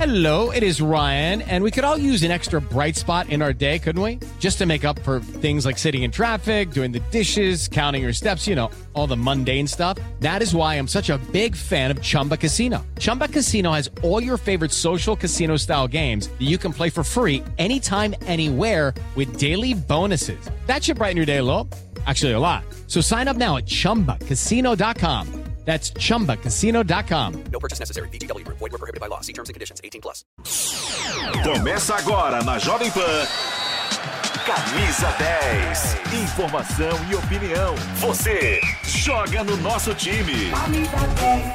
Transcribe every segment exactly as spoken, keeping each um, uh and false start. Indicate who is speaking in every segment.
Speaker 1: Hello, it is Ryan, and we could all use an extra bright spot in our day, couldn't we? Just to make up for things like sitting in traffic, doing the dishes, counting your steps, you know, all the mundane stuff. That is why I'm such a big fan of Chumba Casino. Chumba Casino has all your favorite social casino-style games that you can play for free anytime, anywhere with daily bonuses. That should brighten your day a little. Actually, a lot. So sign up now at chumba casino dot com. That's chumba casino dot com.
Speaker 2: No purchase necessary. V G W Group. Void where prohibited by law. See terms and conditions. eighteen plus.
Speaker 3: Começa agora na Jovem Pan. Camisa dez. Informação e opinião. Você joga no nosso time. Camisa dez.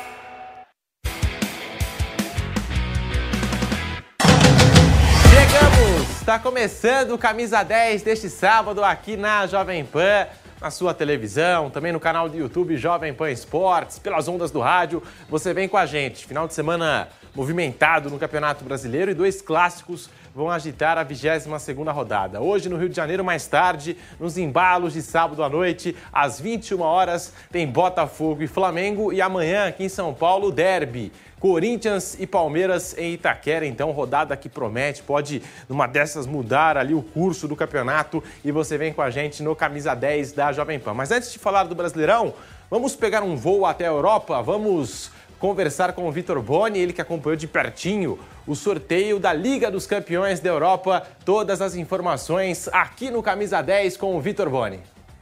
Speaker 4: Chegamos! Está começando o Camisa dez deste sábado aqui na Jovem Pan. Na sua televisão, também no canal do YouTube Jovem Pan Esportes, pelas ondas do rádio, você vem com a gente. Final de semana movimentado no Campeonato Brasileiro e dois clássicos vão agitar a vigésima segunda rodada. Hoje no Rio de Janeiro, mais tarde, nos embalos de sábado à noite, às vinte e uma horas, tem Botafogo e Flamengo e amanhã aqui em São Paulo, derby. Corinthians e Palmeiras em Itaquera, então rodada que promete, pode numa dessas mudar ali o curso do campeonato e você vem com a gente no Camisa dez da Jovem Pan. Mas antes de falar do Brasileirão, vamos pegar um voo até a Europa, vamos conversar com o Vitor Boni, ele que acompanhou de pertinho o sorteio da Liga dos Campeões da Europa. Todas as informações aqui no Camisa dez com o Vitor Boni.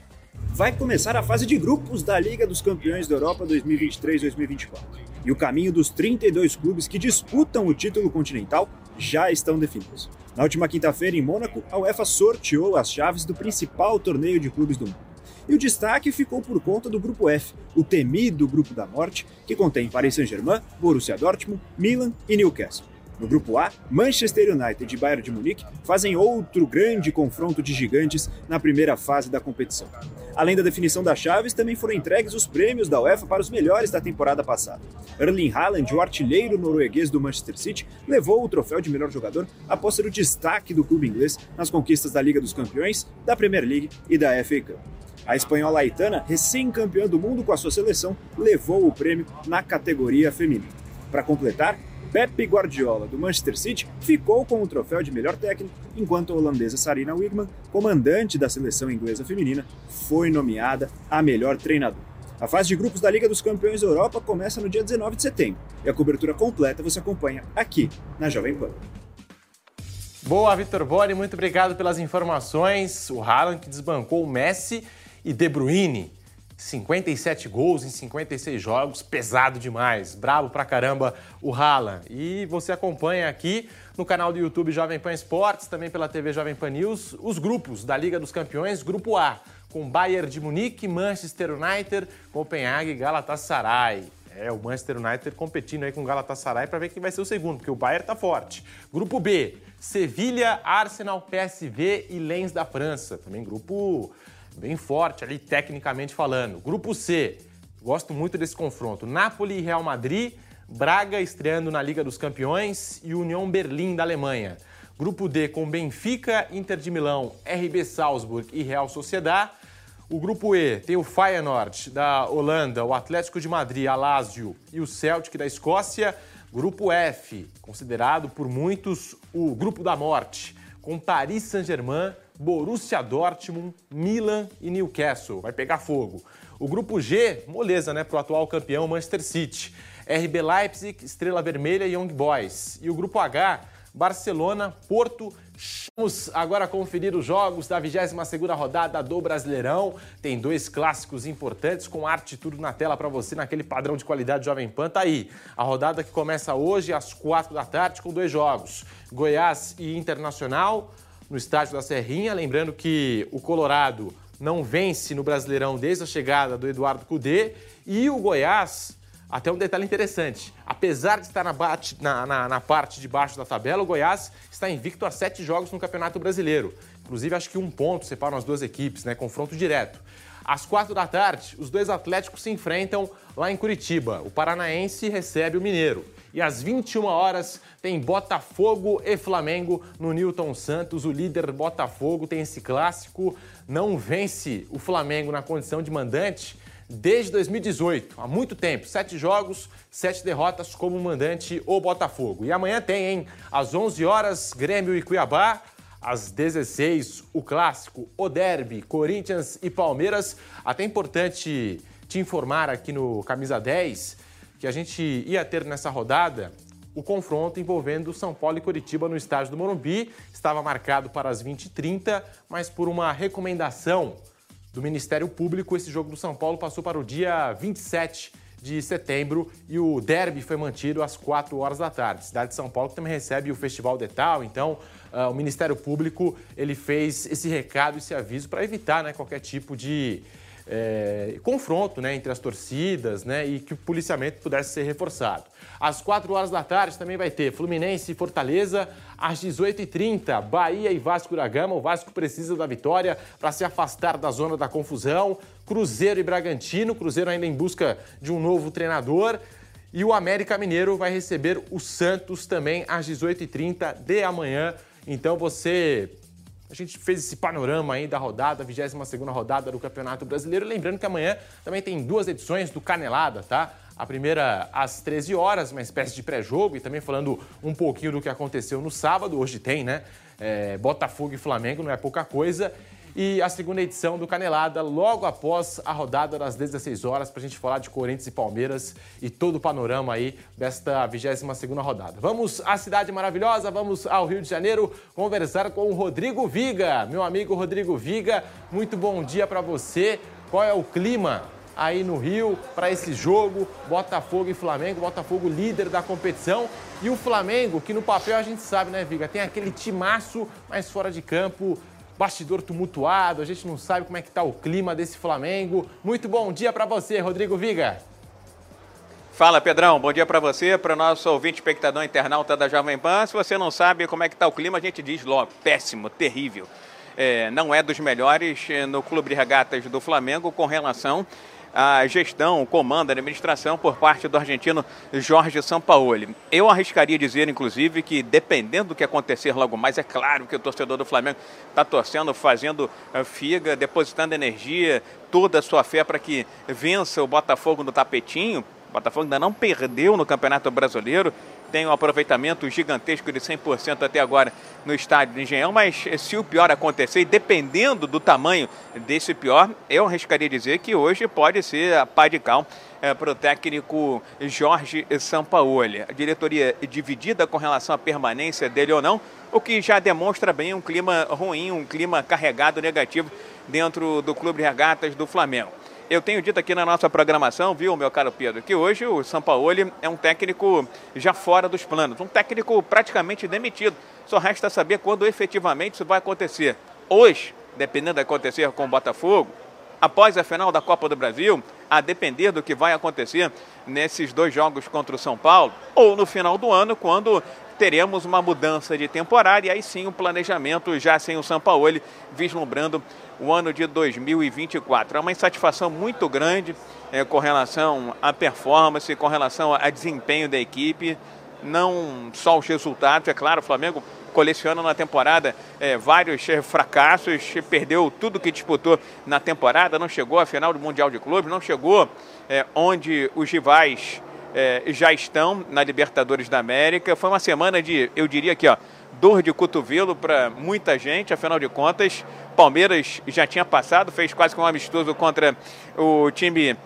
Speaker 5: Vai começar a fase de grupos da Liga dos Campeões da Europa dois mil e vinte e três dois mil e vinte e quatro. E o caminho dos trinta e dois clubes que disputam o título continental já estão definidos. Na última quinta-feira, em Mônaco, a UEFA sorteou as chaves do principal torneio de clubes do mundo. E o destaque ficou por conta do Grupo F, o temido Grupo da Morte, que contém Paris Saint-Germain, Borussia Dortmund, Milan e Newcastle. No Grupo A, Manchester United e Bayern de Munique fazem outro grande confronto de gigantes na primeira fase da competição. Além da definição das chaves, também foram entregues os prêmios da UEFA para os melhores da temporada passada. Erling Haaland, o artilheiro norueguês do Manchester City, levou o troféu de melhor jogador após ser o destaque do clube inglês nas conquistas da Liga dos Campeões, da Premier League e da F A Cup. A espanhola Aitana, recém-campeã do mundo com a sua seleção, levou o prêmio na categoria feminina. Para completar, Pep Guardiola, do Manchester City, ficou com o troféu de melhor técnico, enquanto a holandesa Sarina Wiegman, comandante da seleção inglesa feminina, foi nomeada a melhor treinadora. A fase de grupos da Liga dos Campeões da Europa começa no dia dezenove de setembro, e a cobertura completa você acompanha aqui na Jovem Pan.
Speaker 4: Boa, Vitor Boni, muito obrigado pelas informações. O Haaland que desbancou o Messi e De Bruyne. cinquenta e sete gols em cinquenta e seis jogos, pesado demais, brabo pra caramba o Haaland. E você acompanha aqui no canal do YouTube Jovem Pan Esportes, também pela T V Jovem Pan News, os grupos da Liga dos Campeões, Grupo A, com Bayern de Munique, Manchester United, Copenhague e Galatasaray. É, o Manchester United competindo aí com o Galatasaray para ver quem vai ser o segundo, porque o Bayern tá forte. Grupo B, Sevilha, Arsenal, P S V e Lens da França. Também grupo bem forte ali, tecnicamente falando. Grupo C, gosto muito desse confronto. Napoli e Real Madrid, Braga estreando na Liga dos Campeões e União Berlim da Alemanha. Grupo D com Benfica, Inter de Milão, R B Salzburg e Real Sociedad. O grupo E tem o Feyenoord da Holanda, o Atlético de Madrid, a Lazio e o Celtic da Escócia. Grupo F, considerado por muitos o grupo da morte, com Paris Saint-Germain, Borussia Dortmund, Milan e Newcastle. Vai pegar fogo. O grupo G, moleza, né, para o atual campeão Manchester City. R B Leipzig, Estrela Vermelha e Young Boys. E o grupo H, Barcelona, Porto. Vamos agora conferir os jogos da vigésima segunda rodada do Brasileirão. Tem dois clássicos importantes com arte e tudo na tela para você, naquele padrão de qualidade Jovem Pan. Tá aí a rodada que começa hoje às quatro da tarde com dois jogos. Goiás e Internacional no estádio da Serrinha. Lembrando que o Colorado não vence no Brasileirão desde a chegada do Eduardo Cudê. E o Goiás, até um detalhe interessante, apesar de estar na, bate, na, na, na parte de baixo da tabela, o Goiás está invicto a sete jogos no Campeonato Brasileiro. Inclusive, acho que um ponto separam as duas equipes, né? Confronto direto. Às quatro da tarde, os dois Atléticos se enfrentam lá em Curitiba. O Paranaense recebe o Mineiro. E às vinte e uma horas tem Botafogo e Flamengo no Newton Santos. O líder Botafogo tem esse clássico, não vence o Flamengo na condição de mandante desde dois mil e dezoito, há muito tempo. Sete jogos, sete derrotas como mandante o Botafogo. E amanhã tem, hein? Às onze horas, Grêmio e Cuiabá. Às dezesseis, o clássico, o derby, Corinthians e Palmeiras. Até importante te informar aqui no Camisa dez que a gente ia ter nessa rodada o confronto envolvendo São Paulo e Coritiba no estádio do Morumbi. Estava marcado para as vinte e trinta, mas por uma recomendação do Ministério Público, esse jogo do São Paulo passou para o dia vinte e sete de setembro e o derby foi mantido às quatro horas da tarde. Cidade de São Paulo também recebe o Festival Detal, então uh, o Ministério Público ele fez esse recado, esse aviso para evitar, né, qualquer tipo de É, confronto, né, entre as torcidas, né, e que o policiamento pudesse ser reforçado. Às quatro horas da tarde também vai ter Fluminense e Fortaleza. Às dezoito e trinta, Bahia e Vasco da Gama. O Vasco precisa da vitória para se afastar da zona da confusão. Cruzeiro e Bragantino. Cruzeiro ainda em busca de um novo treinador. E o América Mineiro vai receber o Santos também às dezoito e trinta de amanhã. Então você... A gente fez esse panorama aí da rodada, vigésima segunda rodada do Campeonato Brasileiro. Lembrando que amanhã também tem duas edições do Canelada, tá? A primeira às treze horas, uma espécie de pré-jogo, e também falando um pouquinho do que aconteceu no sábado. Hoje tem, né? É, Botafogo e Flamengo, não é pouca coisa. E a segunda edição do Canelada, logo após a rodada das dezesseis horas, para a gente falar de Corinthians e Palmeiras e todo o panorama aí desta vigésima segunda rodada. Vamos à cidade maravilhosa, vamos ao Rio de Janeiro conversar com o Rodrigo Viga. Meu amigo Rodrigo Viga, muito bom dia para você. Qual é o clima aí no Rio para esse jogo, Botafogo e Flamengo? Botafogo líder da competição e o Flamengo, que no papel a gente sabe, né, Viga, tem aquele timaço, mas fora de campo... Bastidor tumultuado, a gente não sabe como é que tá o clima desse Flamengo. Muito bom dia para você, Rodrigo Viga.
Speaker 6: Fala, Pedrão. Bom dia para você, para o nosso ouvinte, espectador, internauta da Jovem Pan. Se você não sabe como é que tá o clima, a gente diz logo, péssimo, terrível. É, não é dos melhores no Clube de Regatas do Flamengo com relação à gestão, o comando, a administração por parte do argentino Jorge Sampaoli. Eu arriscaria dizer, inclusive, que dependendo do que acontecer logo mais, é claro que o torcedor do Flamengo está torcendo, fazendo figa, depositando energia, toda a sua fé para que vença o Botafogo no tapetinho. O Botafogo ainda não perdeu no Campeonato Brasileiro, tem um aproveitamento gigantesco de cem por cento até agora no estádio do Engenhão, mas se o pior acontecer, e dependendo do tamanho desse pior, eu arriscaria dizer que hoje pode ser a pá de cal é, para o técnico Jorge Sampaoli. A diretoria dividida com relação à permanência dele ou não, o que já demonstra bem um clima ruim, um clima carregado negativo dentro do Clube de Regatas do Flamengo. Eu tenho dito aqui na nossa programação, viu, meu caro Pedro, que hoje o Sampaoli é um técnico já fora dos planos, um técnico praticamente demitido. Só resta saber quando efetivamente isso vai acontecer. Hoje, dependendo de acontecer com o Botafogo, após a final da Copa do Brasil, a depender do que vai acontecer nesses dois jogos contra o São Paulo, ou no final do ano, quando teremos uma mudança de temporada, e aí sim o planejamento já sem o Sampaoli, vislumbrando o ano de dois mil e vinte e quatro. É uma insatisfação muito grande é, com relação à performance, com relação a desempenho da equipe, não só os resultados. É claro, o Flamengo coleciona na temporada é, vários é, fracassos, perdeu tudo que disputou na temporada, não chegou à final do Mundial de Clubes, não chegou é, onde os rivais é, já estão na Libertadores da América. Foi uma semana de, eu diria aqui, ó, dor de cotovelo para muita gente, afinal de contas, Palmeiras já tinha passado, fez quase que um amistoso contra o time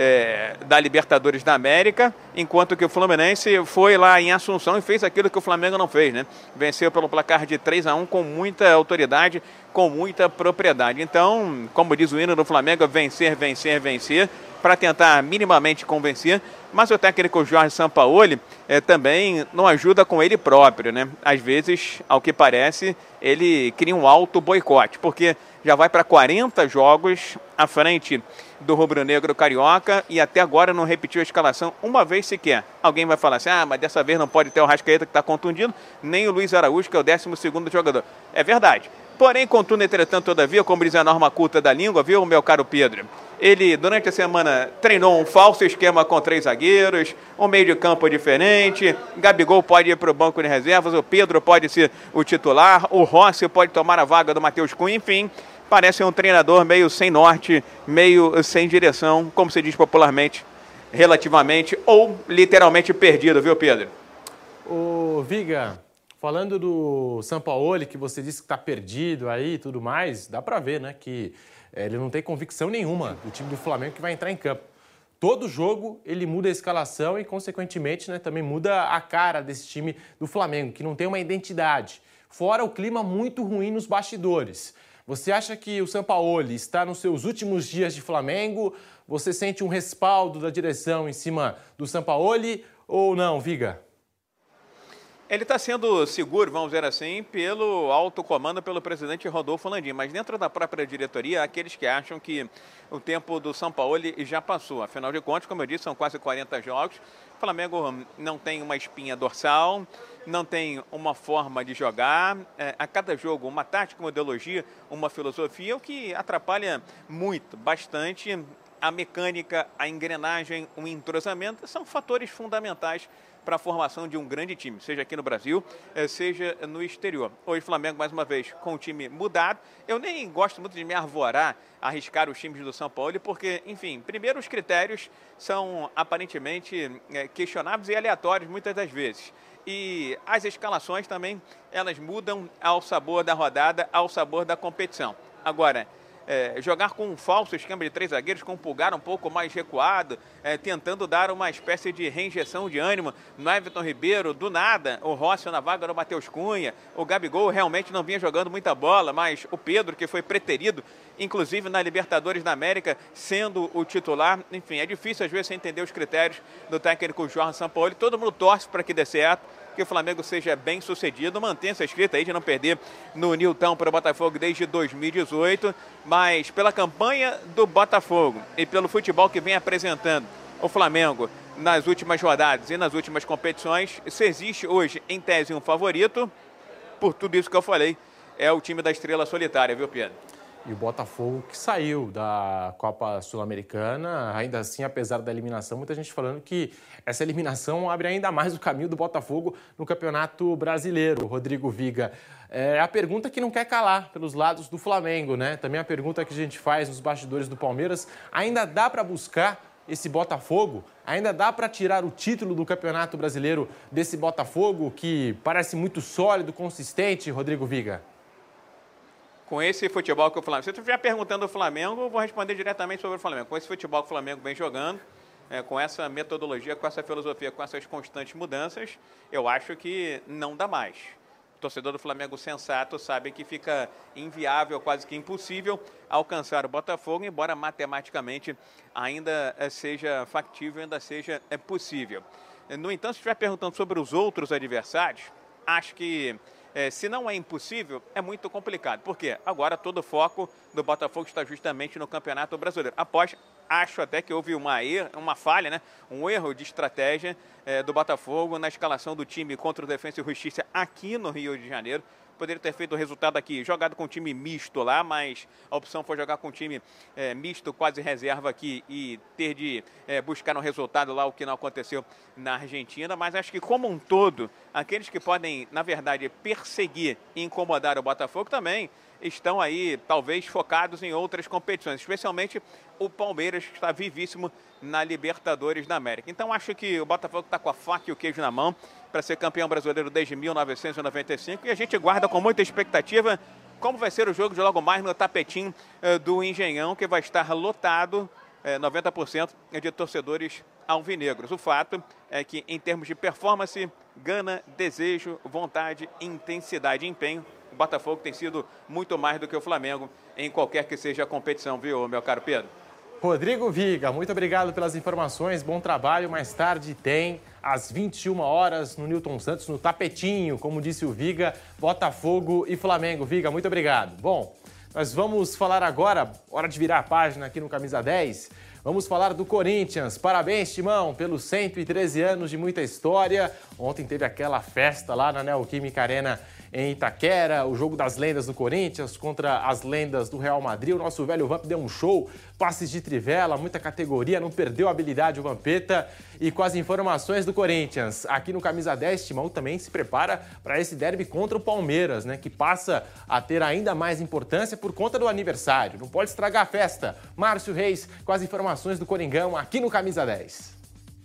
Speaker 6: é, da Libertadores da América, enquanto que o Fluminense foi lá em Assunção e fez aquilo que o Flamengo não fez, né? Venceu pelo placar de três a um com muita autoridade, com muita propriedade. Então, como diz o hino do Flamengo, vencer, vencer, vencer, para tentar minimamente convencer, mas o técnico Jorge Sampaoli é, também não ajuda com ele próprio, né? Às vezes, ao que parece, ele cria um alto boicote, porque já vai para quarenta jogos à frente do rubro-negro carioca e até agora não repetiu a escalação uma vez sequer. Alguém vai falar assim, ah, mas dessa vez não pode ter o Arrascaeta que está contundido, nem o Luiz Araújo, que é o décimo segundo jogador. É verdade. Porém, contudo, entretanto, todavia, como diz a norma culta da língua, viu, meu caro Pedro? Ele, durante a semana, treinou um falso esquema com três zagueiros, um meio de campo diferente, Gabigol pode ir para o banco de reservas, o Pedro pode ser o titular, o Rossi pode tomar a vaga do Matheus Cunha, enfim, parece um treinador meio sem norte, meio sem direção, como se diz popularmente, relativamente ou literalmente perdido, viu, Pedro?
Speaker 4: Ô, Viga, falando do Sampaoli, que você disse que está perdido aí e tudo mais, dá para ver, né, que ele não tem convicção nenhuma do time do Flamengo que vai entrar em campo. Todo jogo ele muda a escalação e, consequentemente, né, também muda a cara desse time do Flamengo, que não tem uma identidade. Fora o clima muito ruim nos bastidores. Você acha que o Sampaoli está nos seus últimos dias de Flamengo? Você sente um respaldo da direção em cima do Sampaoli ou não, Viga?
Speaker 6: Ele está sendo seguro, vamos dizer assim, pelo alto comando, pelo presidente Rodolfo Landim. Mas dentro da própria diretoria, há aqueles que acham que o tempo do Sampaoli já passou. Afinal de contas, como eu disse, são quase quarenta jogos. O Flamengo não tem uma espinha dorsal, não tem uma forma de jogar. É, a cada jogo, uma tática, uma ideologia, uma filosofia, o que atrapalha muito, bastante, a mecânica, a engrenagem, o entrosamento, são fatores fundamentais para a formação de um grande time, seja aqui no Brasil, seja no exterior. Hoje o Flamengo, mais uma vez, com o time mudado. Eu nem gosto muito de me arvorar, arriscar os times do São Paulo, porque, enfim, primeiro os critérios são aparentemente questionáveis e aleatórios muitas das vezes. E as escalações também, elas mudam ao sabor da rodada, ao sabor da competição. Agora, É, jogar com um falso esquema de três zagueiros, com um Pulgar um pouco mais recuado, é, tentando dar uma espécie de reinjeção de ânimo no Everton Ribeiro, do nada, o Rossi na vaga do Matheus Cunha, o Gabigol realmente não vinha jogando muita bola, mas o Pedro, que foi preterido, inclusive na Libertadores da América, sendo o titular, enfim, é difícil às vezes entender os critérios do técnico Jorge Sampaoli. Todo mundo torce para que dê certo, que o Flamengo seja bem sucedido, mantenha essa escrita aí de não perder no Newton para o Botafogo desde dois mil e dezoito, mas pela campanha do Botafogo e pelo futebol que vem apresentando o Flamengo nas últimas rodadas e nas últimas competições, se existe hoje em tese um favorito, por tudo isso que eu falei, é o time da Estrela Solitária, viu, Pedro?
Speaker 4: E o Botafogo que saiu da Copa Sul-Americana, ainda assim, apesar da eliminação, muita gente falando que essa eliminação abre ainda mais o caminho do Botafogo no Campeonato Brasileiro. Rodrigo Viga, é a pergunta que não quer calar pelos lados do Flamengo, né? Também a pergunta que a gente faz nos bastidores do Palmeiras, ainda dá para buscar esse Botafogo? Ainda dá para tirar o título do Campeonato Brasileiro desse Botafogo que parece muito sólido, consistente, Rodrigo Viga?
Speaker 6: Com esse futebol que o Flamengo... Se você estiver perguntando o Flamengo, eu vou responder diretamente sobre o Flamengo. Com esse futebol que o Flamengo vem jogando, é, com essa metodologia, com essa filosofia, com essas constantes mudanças, eu acho que não dá mais. O torcedor do Flamengo sensato sabe que fica inviável, quase que impossível, alcançar o Botafogo, embora matematicamente ainda seja factível, ainda seja possível. No entanto, se estiver perguntando sobre os outros adversários, acho que... É, se não é impossível, é muito complicado. Por quê? Agora todo o foco do Botafogo está justamente no Campeonato Brasileiro. Após, acho até que houve uma, er, uma falha, né? um erro de estratégia é, do Botafogo na escalação do time contra o Defensa e Justiça aqui no Rio de Janeiro. Poderia ter feito o resultado aqui, jogado com um time misto lá, mas a opção foi jogar com um time é, misto, quase reserva aqui, e ter de é, buscar um resultado lá, o que não aconteceu na Argentina. Mas acho que, como um todo, aqueles que podem, na verdade, perseguir e incomodar o Botafogo também estão aí, talvez, focados em outras competições, especialmente o Palmeiras, que está vivíssimo na Libertadores da América. Então, acho que o Botafogo está com a faca e o queijo na mão para ser campeão brasileiro desde mil novecentos e noventa e cinco, e a gente guarda com muita expectativa como vai ser o jogo de logo mais no tapetinho eh, do Engenhão, que vai estar lotado, eh, noventa por cento de torcedores alvinegros. O fato é que, em termos de performance, gana, desejo, vontade, intensidade e empenho, o Botafogo tem sido muito mais do que o Flamengo em qualquer que seja a competição, viu, meu caro Pedro?
Speaker 4: Rodrigo Viga, muito obrigado pelas informações, bom trabalho. Mais tarde tem, às vinte e uma horas, no Newton Santos, no tapetinho, como disse o Viga, Botafogo e Flamengo. Viga, muito obrigado. Bom, nós vamos falar agora, hora de virar a página aqui no Camisa dez, vamos falar do Corinthians. Parabéns, Timão, pelos cento e treze anos de muita história. Ontem teve aquela festa lá na Neoquímica Arena em Itaquera, o jogo das lendas do Corinthians contra as lendas do Real Madrid. O nosso velho Vamp deu um show, passes de trivela, muita categoria, não perdeu a habilidade o Vampeta. E com as informações do Corinthians, aqui no Camisa dez, Timão também se prepara para esse derby contra o Palmeiras, né, que passa a ter ainda mais importância por conta do aniversário. Não pode estragar a festa. Márcio Reis com as informações do Coringão aqui no Camisa dez.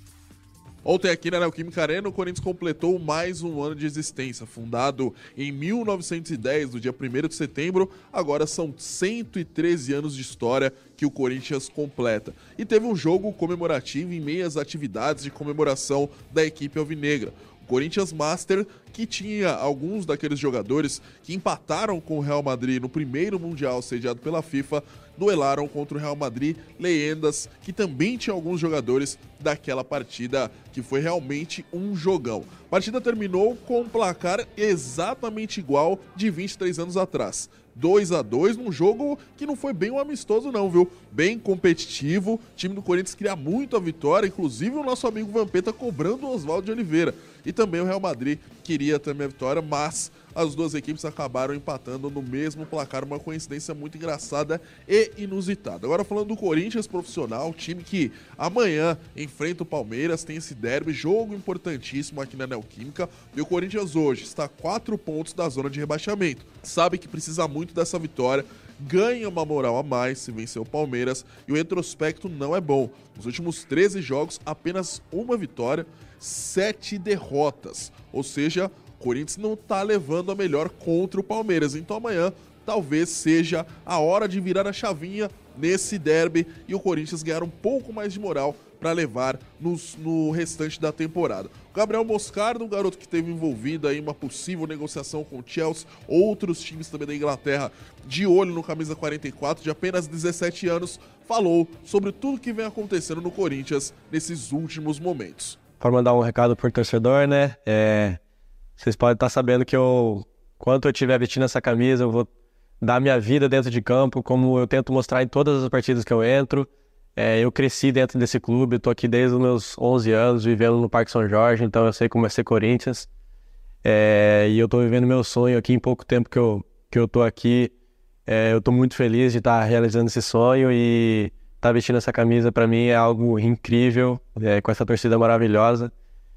Speaker 7: Ontem aqui na Neoquímica Arena, o Corinthians completou mais um ano de existência. Fundado em mil novecentos e dez, no dia primeiro de setembro, agora são cento e treze anos de história que o Corinthians completa. E teve um jogo comemorativo em meio às atividades de comemoração da equipe alvinegra. O Corinthians Master, que tinha alguns daqueles jogadores que empataram com o Real Madrid no primeiro Mundial sediado pela FIFA, duelaram contra o Real Madrid Leyendas, que também tinha alguns jogadores daquela partida, que foi realmente um jogão. A partida terminou com um placar exatamente igual de vinte e três anos atrás. dois a dois num jogo que não foi bem um amistoso não, viu? Bem competitivo, o time do Corinthians queria muito a vitória, inclusive o nosso amigo Vampeta cobrando o Oswaldo de Oliveira. E também o Real Madrid queria também a vitória, mas as duas equipes acabaram empatando no mesmo placar, uma coincidência muito engraçada e inusitada. Agora falando do Corinthians profissional, time que amanhã enfrenta o Palmeiras, tem esse derby, jogo importantíssimo aqui na Neoquímica, e o Corinthians hoje está a quatro pontos da zona de rebaixamento. Sabe que precisa muito dessa vitória, ganha uma moral a mais se vencer o Palmeiras, e o retrospecto não é bom. Nos últimos treze jogos, apenas uma vitória, sete derrotas, ou seja, o Corinthians não está levando a melhor contra o Palmeiras. Então amanhã talvez seja a hora de virar a chavinha nesse derby e o Corinthians ganhar um pouco mais de moral para levar nos, no restante da temporada. O Gabriel Moscardo, um garoto que esteve envolvido aí em uma possível negociação com o Chelsea, outros times também da Inglaterra de olho no camisa quarenta e quatro, de apenas dezessete anos, falou sobre tudo que vem acontecendo no Corinthians nesses últimos momentos.
Speaker 8: Para mandar um recado pro torcedor, né? É... Vocês podem estar sabendo que eu, quanto eu estiver vestindo essa camisa, eu vou dar minha vida dentro de campo, como eu tento mostrar em todas as partidas que eu entro. É, eu cresci dentro desse clube, estou aqui desde os meus onze anos, vivendo no Parque São Jorge, então eu sei como é ser Corinthians. É, e eu estou vivendo meu sonho aqui em pouco tempo que eu que eu estou aqui. É, eu estou muito feliz de estar realizando esse sonho e estar vestindo essa camisa para mim é algo incrível, é, com essa torcida maravilhosa.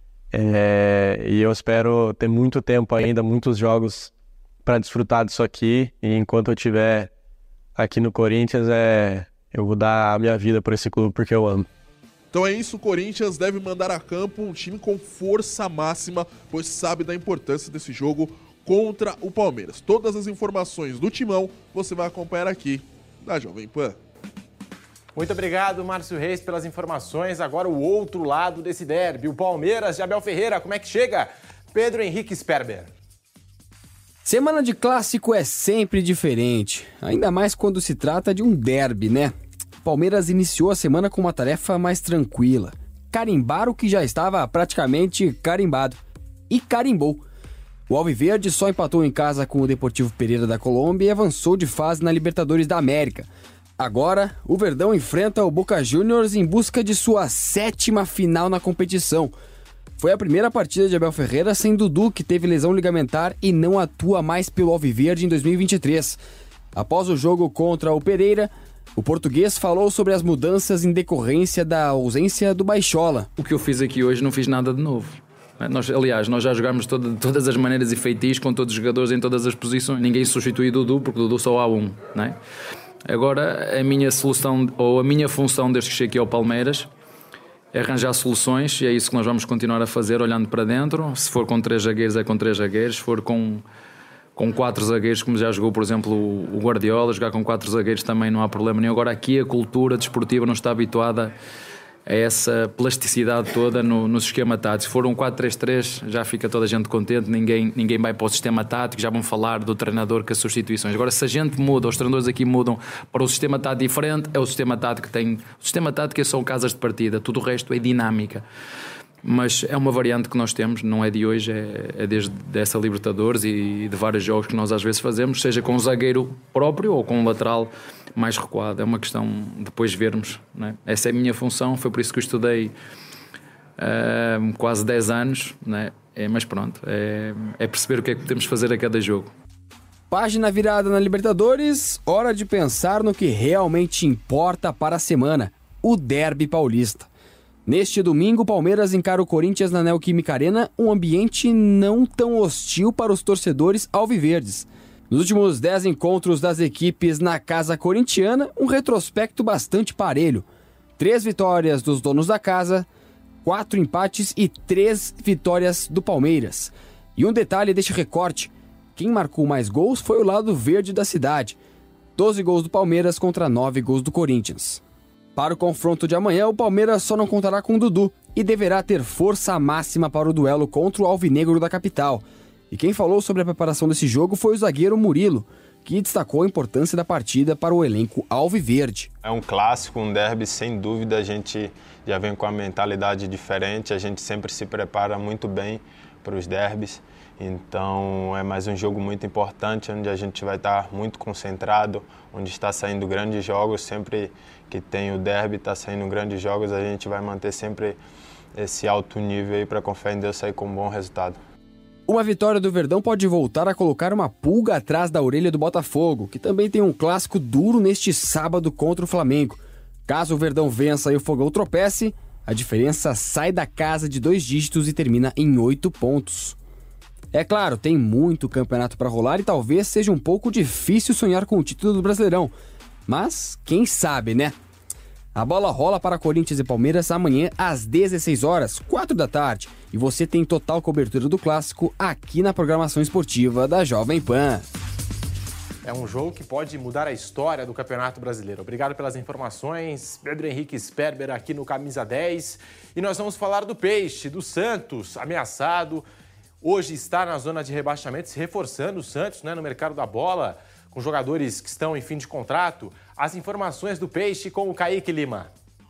Speaker 8: É, e eu espero ter muito tempo ainda, muitos jogos para desfrutar disso aqui. E enquanto eu estiver aqui no Corinthians, é, eu vou dar a minha vida por esse clube porque eu amo.
Speaker 7: Então é isso, o Corinthians deve mandar a campo um time com força máxima, pois sabe da importância desse jogo contra o Palmeiras. Todas as informações do Timão você vai acompanhar aqui na Jovem Pan.
Speaker 4: Muito obrigado, Márcio Reis, pelas informações. Agora o outro lado desse derby, o Palmeiras de Abel Ferreira. Como é que chega? Pedro Henrique Sperber.
Speaker 9: Semana de clássico é sempre diferente, ainda mais quando se trata de um derby, né? O Palmeiras iniciou a semana com uma tarefa mais tranquila. Carimbar o que já estava praticamente carimbado. E carimbou. O Alviverde só empatou em casa com o Deportivo Pereira da Colômbia e avançou de fase na Libertadores da América. Agora, o Verdão enfrenta o Boca Juniors em busca de sua sétima final na competição. Foi a primeira partida de Abel Ferreira sem Dudu, que teve lesão ligamentar e não atua mais pelo Alviverde em dois mil e vinte e três. Após o jogo contra o Pereira, o português falou sobre as mudanças em decorrência da ausência do Baixola.
Speaker 10: O que eu fiz aqui hoje não fiz nada de novo. Nós, aliás, nós já jogámos de todas as maneiras e feitiços com todos os jogadores em todas as posições. Ninguém substitui Dudu, porque Dudu só há um, não é? Agora, a minha solução, ou a minha função desde que cheguei aqui ao Palmeiras, é arranjar soluções, e é isso que nós vamos continuar a fazer, olhando para dentro. Se for com três zagueiros, é com três zagueiros. Se for com, com quatro zagueiros, como já jogou, por exemplo, o Guardiola, jogar com quatro zagueiros também não há problema nenhum. Agora, aqui a cultura desportiva não está habituada a essa plasticidade toda no, no esquema tático. Se for um quatro três três, já fica toda a gente contente, ninguém, ninguém vai para o sistema tático, já vão falar do treinador com as substituições. Agora, se a gente muda, os treinadores aqui mudam para o sistema tático diferente, é o sistema tático que tem... O sistema tático são casas de partida, tudo o resto é dinâmica. Mas é uma variante que nós temos, não é de hoje, é, é desde essa Libertadores e de vários jogos que nós às vezes fazemos, seja com um zagueiro próprio ou com um lateral mais recuado. É uma questão de depois vermos, não é? Essa é a minha função, foi por isso que eu estudei uh, quase dez anos, não é? É, mas pronto, é, é perceber o que é que podemos fazer a cada jogo.
Speaker 9: Página virada na Libertadores, hora de pensar no que realmente importa para a semana, o derby paulista. Neste domingo, o Palmeiras encara o Corinthians na Neoquímica Arena, um ambiente não tão hostil para os torcedores alviverdes. Nos últimos dez encontros das equipes na casa corintiana, um retrospecto bastante parelho. Três vitórias dos donos da casa, quatro empates e três vitórias do Palmeiras. E um detalhe deste recorte: quem marcou mais gols foi o lado verde da cidade. doze gols do Palmeiras contra nove gols do Corinthians. Para o confronto de amanhã, o Palmeiras só não contará com o Dudu e deverá ter força máxima para o duelo contra o Alvinegro da capital. E quem falou sobre a preparação desse jogo foi o zagueiro Murilo, que destacou a importância da partida para o elenco alviverde.
Speaker 11: É um clássico, um derby, sem dúvida. A gente já vem com uma mentalidade diferente, a gente sempre se prepara muito bem para os derbys. Então é mais um jogo muito importante, onde a gente vai estar muito concentrado, onde está saindo grandes jogos. Sempre que tem o derby, está saindo grandes jogos, a gente vai manter sempre esse alto nível aí para, com fé em Deus, sair com um bom resultado.
Speaker 9: Uma vitória do Verdão pode voltar a colocar uma pulga atrás da orelha do Botafogo, que também tem um clássico duro neste sábado contra o Flamengo. Caso o Verdão vença e o Fogão tropece, a diferença sai da casa de dois dígitos e termina em oito pontos. É claro, tem muito campeonato para rolar e talvez seja um pouco difícil sonhar com o título do Brasileirão. Mas quem sabe, né? A bola rola para Corinthians e Palmeiras amanhã às dezesseis horas, quatro da tarde. E você tem total cobertura do clássico aqui na programação esportiva da Jovem Pan.
Speaker 4: É um jogo que pode mudar a história do Campeonato Brasileiro. Obrigado pelas informações. Pedro Henrique Sperber aqui no Camisa dez. E nós vamos falar do Peixe, do Santos, ameaçado. Hoje está na zona de rebaixamento, se reforçando o Santos, né, no mercado da bola, com jogadores que estão em fim de contrato. As informações do Peixe com o Kaique Lima.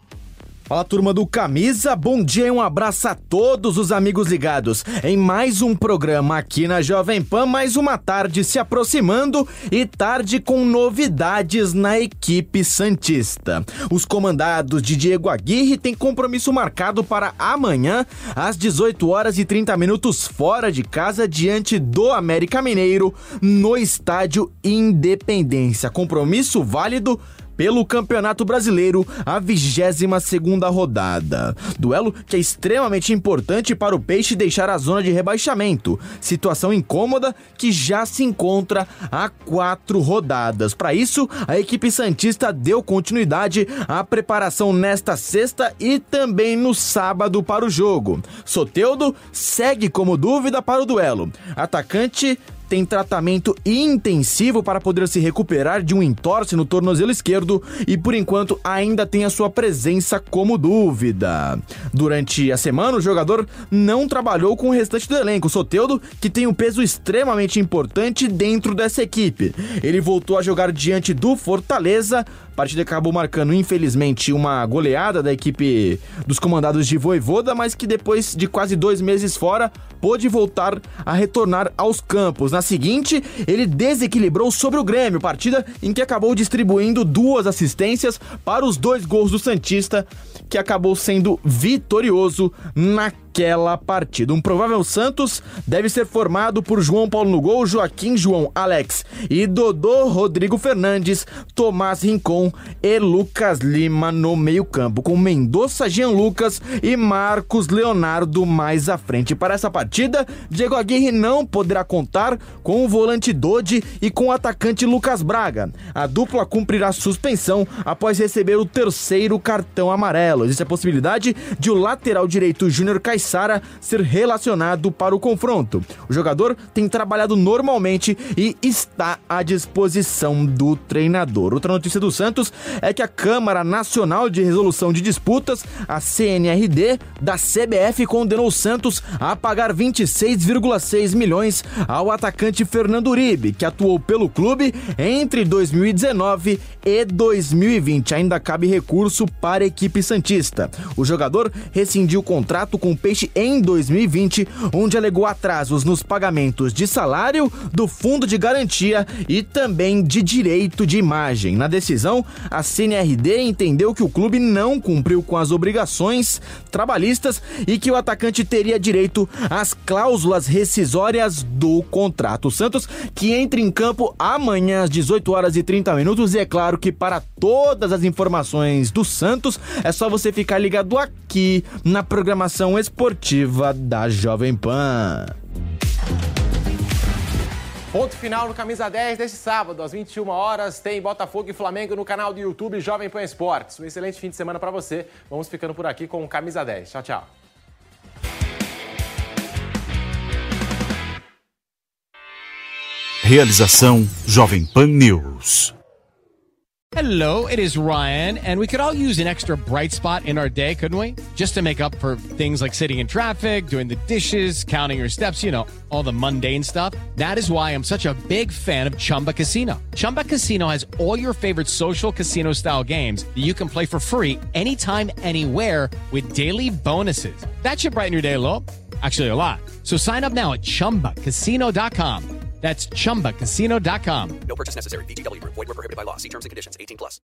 Speaker 12: Fala, turma do Camisa, bom dia e um abraço a todos os amigos ligados em mais um programa aqui na Jovem Pan, mais uma tarde se aproximando e tarde com novidades na equipe santista. Os comandados de Diego Aguirre têm compromisso marcado para amanhã às dezoito horas e trinta minutos fora de casa diante do América Mineiro no estádio Independência. Compromisso válido pelo Campeonato Brasileiro, a vigésima segunda rodada. Duelo que é extremamente importante para o Peixe deixar a zona de rebaixamento. Situação incômoda que já se encontra há quatro rodadas. Para isso, a equipe santista deu continuidade à preparação nesta sexta e também no sábado para o jogo. Soteldo segue como dúvida para o duelo. Atacante tem tratamento intensivo para poder se recuperar de um entorse no tornozelo esquerdo e, por enquanto, ainda tem a sua presença como dúvida. Durante a semana, o jogador não trabalhou com o restante do elenco. Soteldo, que tem um peso extremamente importante dentro dessa equipe. Ele voltou a jogar diante do Fortaleza. A partida acabou marcando, infelizmente, uma goleada da equipe dos comandados de Vojvoda, mas que depois de quase dois meses fora, pôde voltar a retornar aos campos. Na seguinte, ele desequilibrou sobre o Grêmio, partida em que acabou distribuindo duas assistências para os dois gols do Santista, que acabou sendo vitorioso naquela partida. Um provável Santos deve ser formado por João Paulo no gol, Joaquim, João, Alex e Dodô, Rodrigo Fernandes, Tomás Rincon e Lucas Lima no meio-campo, com Mendonça, Jean Lucas e Marcos Leonardo mais à frente. Para essa partida, Diego Aguirre não poderá contar com o volante Dodi e com o atacante Lucas Braga. A dupla cumprirá suspensão após receber o terceiro cartão amarelo. Existe a possibilidade de o lateral direito Júnior Caissara ser relacionado para o confronto. O jogador tem trabalhado normalmente e está à disposição do treinador. Outra notícia do Santos é que a Câmara Nacional de Resolução de Disputas, a C N R D, da C B F, condenou o Santos a pagar vinte e seis vírgula seis milhões ao atacante Fernando Uribe, que atuou pelo clube entre dois mil e dezenove e dois mil e vinte. Ainda cabe recurso para a equipe santista. O jogador rescindiu o contrato com o Peixe em dois mil e vinte, onde alegou atrasos nos pagamentos de salário, do fundo de garantia e também de direito de imagem. Na decisão, a C N R D entendeu que o clube não cumpriu com as obrigações trabalhistas e que o atacante teria direito às cláusulas rescisórias do contrato. O Santos, que entra em campo amanhã às dezoito horas e trinta minutos, e é claro que para todas as informações do Santos é só você ficar ligado aqui na programação esportiva da Jovem Pan.
Speaker 4: Ponto final no Camisa dez deste sábado, às vinte e uma horas, tem Botafogo e Flamengo no canal do YouTube Jovem Pan Esportes. Um excelente fim de semana para você. Vamos ficando por aqui com o Camisa dez. Tchau, tchau.
Speaker 3: Realização Jovem Pan News.
Speaker 1: Hello, it is Ryan, and we could all use an extra bright spot in our day, couldn't we? Just to make up for things like sitting in traffic, doing the dishes, counting your steps, you know, all the mundane stuff. That is why I'm such a big fan of Chumba Casino. Chumba Casino has all your favorite social casino-style games that you can play for free anytime, anywhere with daily bonuses. That should brighten your day a little. Actually, a lot. So sign up now at chumba casino dot com. That's chumba casino dot com.
Speaker 2: No purchase necessary. V G W Group. Void where prohibited by law. See terms and conditions. eighteen plus.